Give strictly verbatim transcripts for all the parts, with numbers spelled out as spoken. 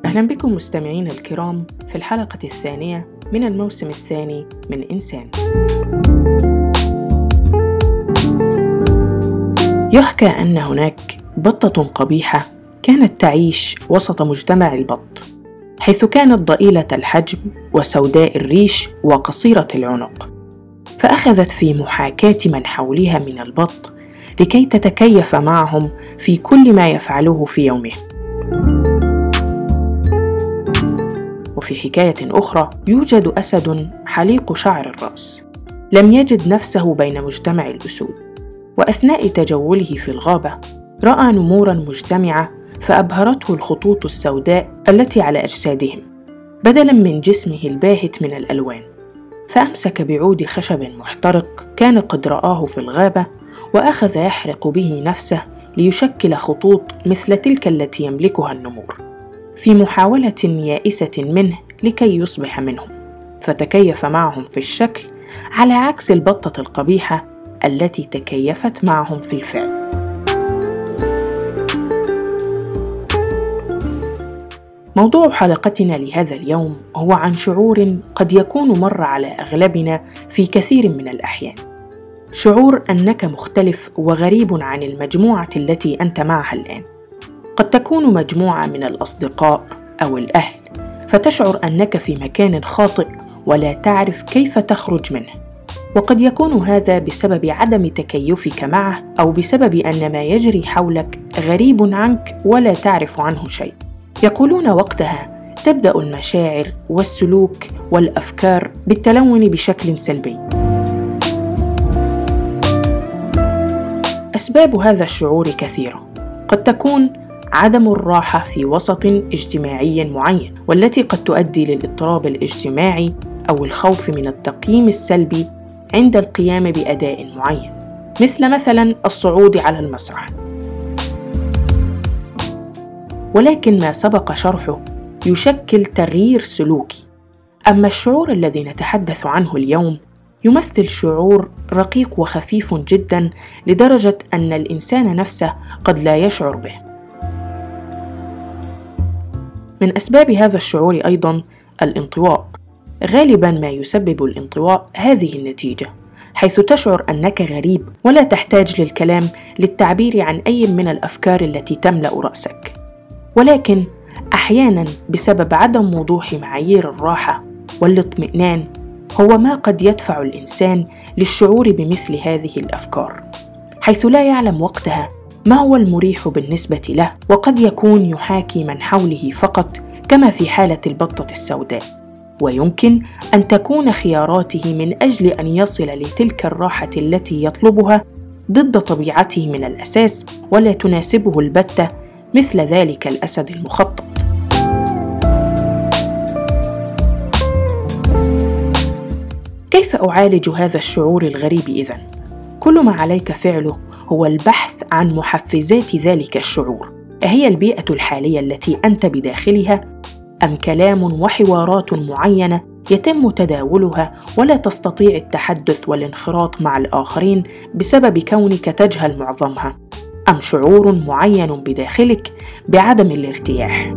أهلا بكم مستمعين الكرام في الحلقة الثانية من الموسم الثاني من إنسان. يحكى أن هناك بطة قبيحة كانت تعيش وسط مجتمع البط، حيث كانت ضئيلة الحجم وسوداء الريش وقصيرة العنق، فأخذت في محاكاة من حولها من البط لكي تتكيف معهم في كل ما يفعلوه في يومه. وفي حكاية أخرى يوجد أسد حليق شعر الرأس، لم يجد نفسه بين مجتمع الأسود، وأثناء تجوله في الغابة رأى نموراً مجتمعة فأبهرته الخطوط السوداء التي على أجسادهم بدلاً من جسمه الباهت من الألوان، فأمسك بعود خشب محترق كان قد رآه في الغابة وأخذ يحرق به نفسه ليشكل خطوط مثل تلك التي يملكها النمور، في محاولة يائسة منه لكي يصبح منهم، فتكيف معهم في الشكل على عكس البطة القبيحة التي تكيفت معهم في الفعل. موضوع حلقتنا لهذا اليوم هو عن شعور قد يكون مر على أغلبنا في كثير من الأحيان، شعور أنك مختلف وغريب عن المجموعة التي أنت معها الآن. قد تكون مجموعة من الأصدقاء أو الأهل، فتشعر أنك في مكان خاطئ ولا تعرف كيف تخرج منه، وقد يكون هذا بسبب عدم تكيفك معه أو بسبب أن ما يجري حولك غريب عنك ولا تعرف عنه شيء. يقولون وقتها تبدأ المشاعر والسلوك والأفكار بالتلون بشكل سلبي. أسباب هذا الشعور كثيرة، قد تكون عدم الراحة في وسط اجتماعي معين، والتي قد تؤدي للاضطراب الاجتماعي أو الخوف من التقييم السلبي عند القيام بأداء معين، مثل مثلا الصعود على المسرح. ولكن ما سبق شرحه يشكل تغيير سلوكي. أما الشعور الذي نتحدث عنه اليوم يمثل شعور رقيق وخفيف جدا لدرجة أن الإنسان نفسه قد لا يشعر به. من أسباب هذا الشعور أيضا الانطواء. غالبا ما يسبب الانطواء هذه النتيجة، حيث تشعر أنك غريب ولا تحتاج للكلام للتعبير عن أي من الأفكار التي تملأ رأسك. ولكن أحيانا بسبب عدم وضوح معايير الراحة والاطمئنان هو ما قد يدفع الإنسان للشعور بمثل هذه الأفكار، حيث لا يعلم وقتها ما هو المريح بالنسبة له، وقد يكون يحاكي من حوله فقط كما في حالة البطة السوداء، ويمكن أن تكون خياراته من أجل أن يصل لتلك الراحة التي يطلبها ضد طبيعته من الأساس ولا تناسبه البتة، مثل ذلك الأسد المخطط. كيف أعالج هذا الشعور الغريب إذن؟ كل ما عليك فعله هو البحث عن محفزات ذلك الشعور. أهي البيئة الحالية التي أنت بداخلها، أم كلام وحوارات معينة يتم تداولها ولا تستطيع التحدث والانخراط مع الآخرين بسبب كونك تجهل معظمها، أم شعور معين بداخلك بعدم الارتياح؟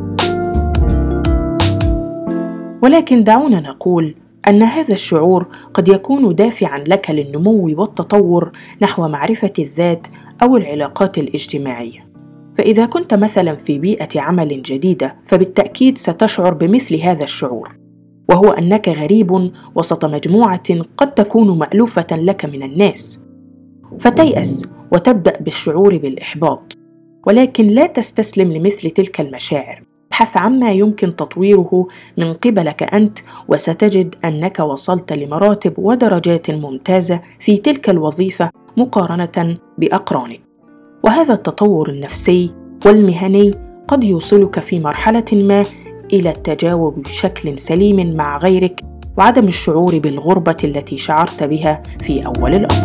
ولكن دعونا نقول أن هذا الشعور قد يكون دافعاً لك للنمو والتطور نحو معرفة الذات أو العلاقات الاجتماعية. فإذا كنت مثلاً في بيئة عمل جديدة، فبالتأكيد ستشعر بمثل هذا الشعور، وهو أنك غريب وسط مجموعة قد تكون مألوفة لك من الناس، فتيأس وتبدأ بالشعور بالإحباط. ولكن لا تستسلم لمثل تلك المشاعر، ابحث عما يمكن تطويره من قبلك أنت، وستجد أنك وصلت لمراتب ودرجات ممتازة في تلك الوظيفة مقارنة بأقرانك. وهذا التطور النفسي والمهني قد يوصلك في مرحلة ما إلى التجاوب بشكل سليم مع غيرك، وعدم الشعور بالغربة التي شعرت بها في أول الأمر.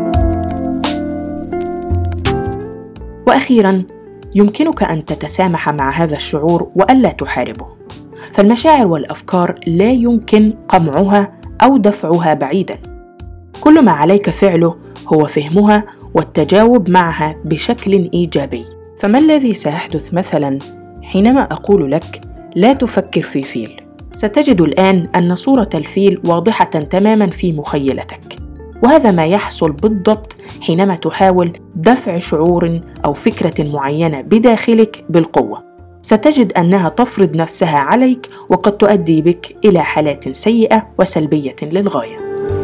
وأخيراً، يمكنك أن تتسامح مع هذا الشعور وألا تحاربه، فالمشاعر والأفكار لا يمكن قمعها أو دفعها بعيداً. كل ما عليك فعله هو فهمها والتجاوب معها بشكل إيجابي. فما الذي سيحدث مثلاً حينما أقول لك لا تفكر في فيل. ستجد الآن أن صورة الفيل واضحة تماماً في مخيلتك، وهذا ما يحصل بالضبط حينما تحاول دفع شعور أو فكرة معينة بداخلك بالقوة. ستجد أنها تفرض نفسها عليك، وقد تؤدي بك إلى حالات سيئة وسلبية للغاية.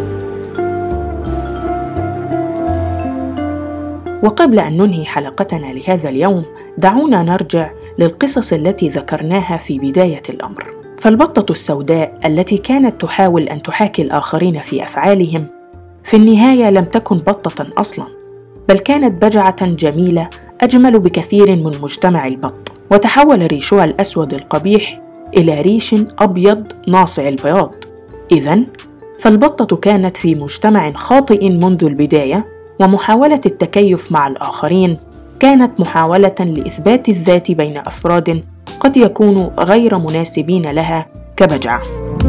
وقبل أن ننهي حلقتنا لهذا اليوم، دعونا نرجع للقصص التي ذكرناها في بداية الأمر. فالبطة السوداء التي كانت تحاول أن تحاكي الآخرين في أفعالهم، في النهاية لم تكن بطة أصلاً، بل كانت بجعة جميلة أجمل بكثير من مجتمع البط، وتحول ريشها الأسود القبيح إلى ريش أبيض ناصع البياض. إذن فالبطة كانت في مجتمع خاطئ منذ البداية، ومحاولة التكيف مع الآخرين كانت محاولة لإثبات الذات بين أفراد قد يكونوا غير مناسبين لها كبجعة.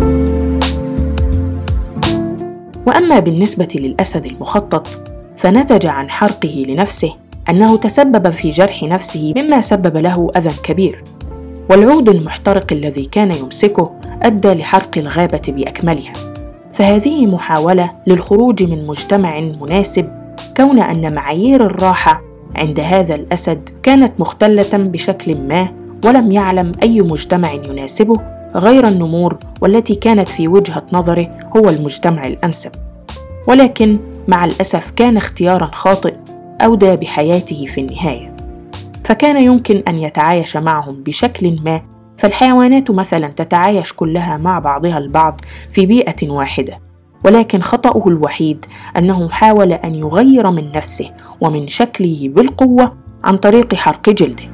وأما بالنسبة للأسد المخطط، فنتج عن حرقه لنفسه أنه تسبب في جرح نفسه، مما سبب له أذى كبير، والعود المحترق الذي كان يمسكه أدى لحرق الغابة بأكملها. فهذه محاولة للخروج من مجتمع مناسب، كون أن معايير الراحة عند هذا الأسد كانت مختلة بشكل ما، ولم يعلم أي مجتمع يناسبه غير النمور، والتي كانت في وجهة نظره هو المجتمع الأنسب. ولكن مع الأسف كان اختياراً خاطئ أودى بحياته في النهاية. فكان يمكن أن يتعايش معهم بشكل ما، فالحيوانات مثلاً تتعايش كلها مع بعضها البعض في بيئة واحدة، ولكن خطأه الوحيد أنه حاول أن يغير من نفسه ومن شكله بالقوة عن طريق حرق جلده.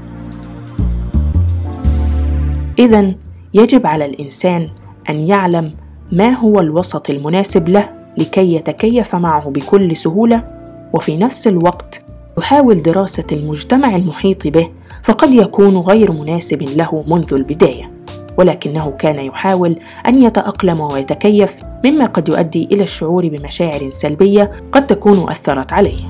إذن يجب على الإنسان أن يعلم ما هو الوسط المناسب له لكي يتكيف معه بكل سهولة، وفي نفس الوقت يحاول دراسة المجتمع المحيط به، فقد يكون غير مناسب له منذ البداية، ولكنه كان يحاول أن يتأقلم ويتكيف، مما قد يؤدي إلى الشعور بمشاعر سلبية قد تكون أثرت عليه.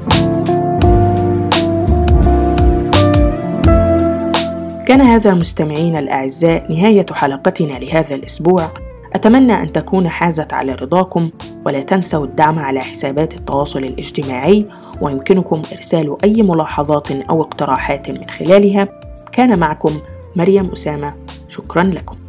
كان هذا مستمعين الأعزاء نهاية حلقتنا لهذا الأسبوع. أتمنى أن تكون حازت على رضاكم، ولا تنسوا الدعم على حسابات التواصل الاجتماعي، ويمكنكم إرسال أي ملاحظات أو اقتراحات من خلالها. كان معكم مريم أسامة، شكرا لكم.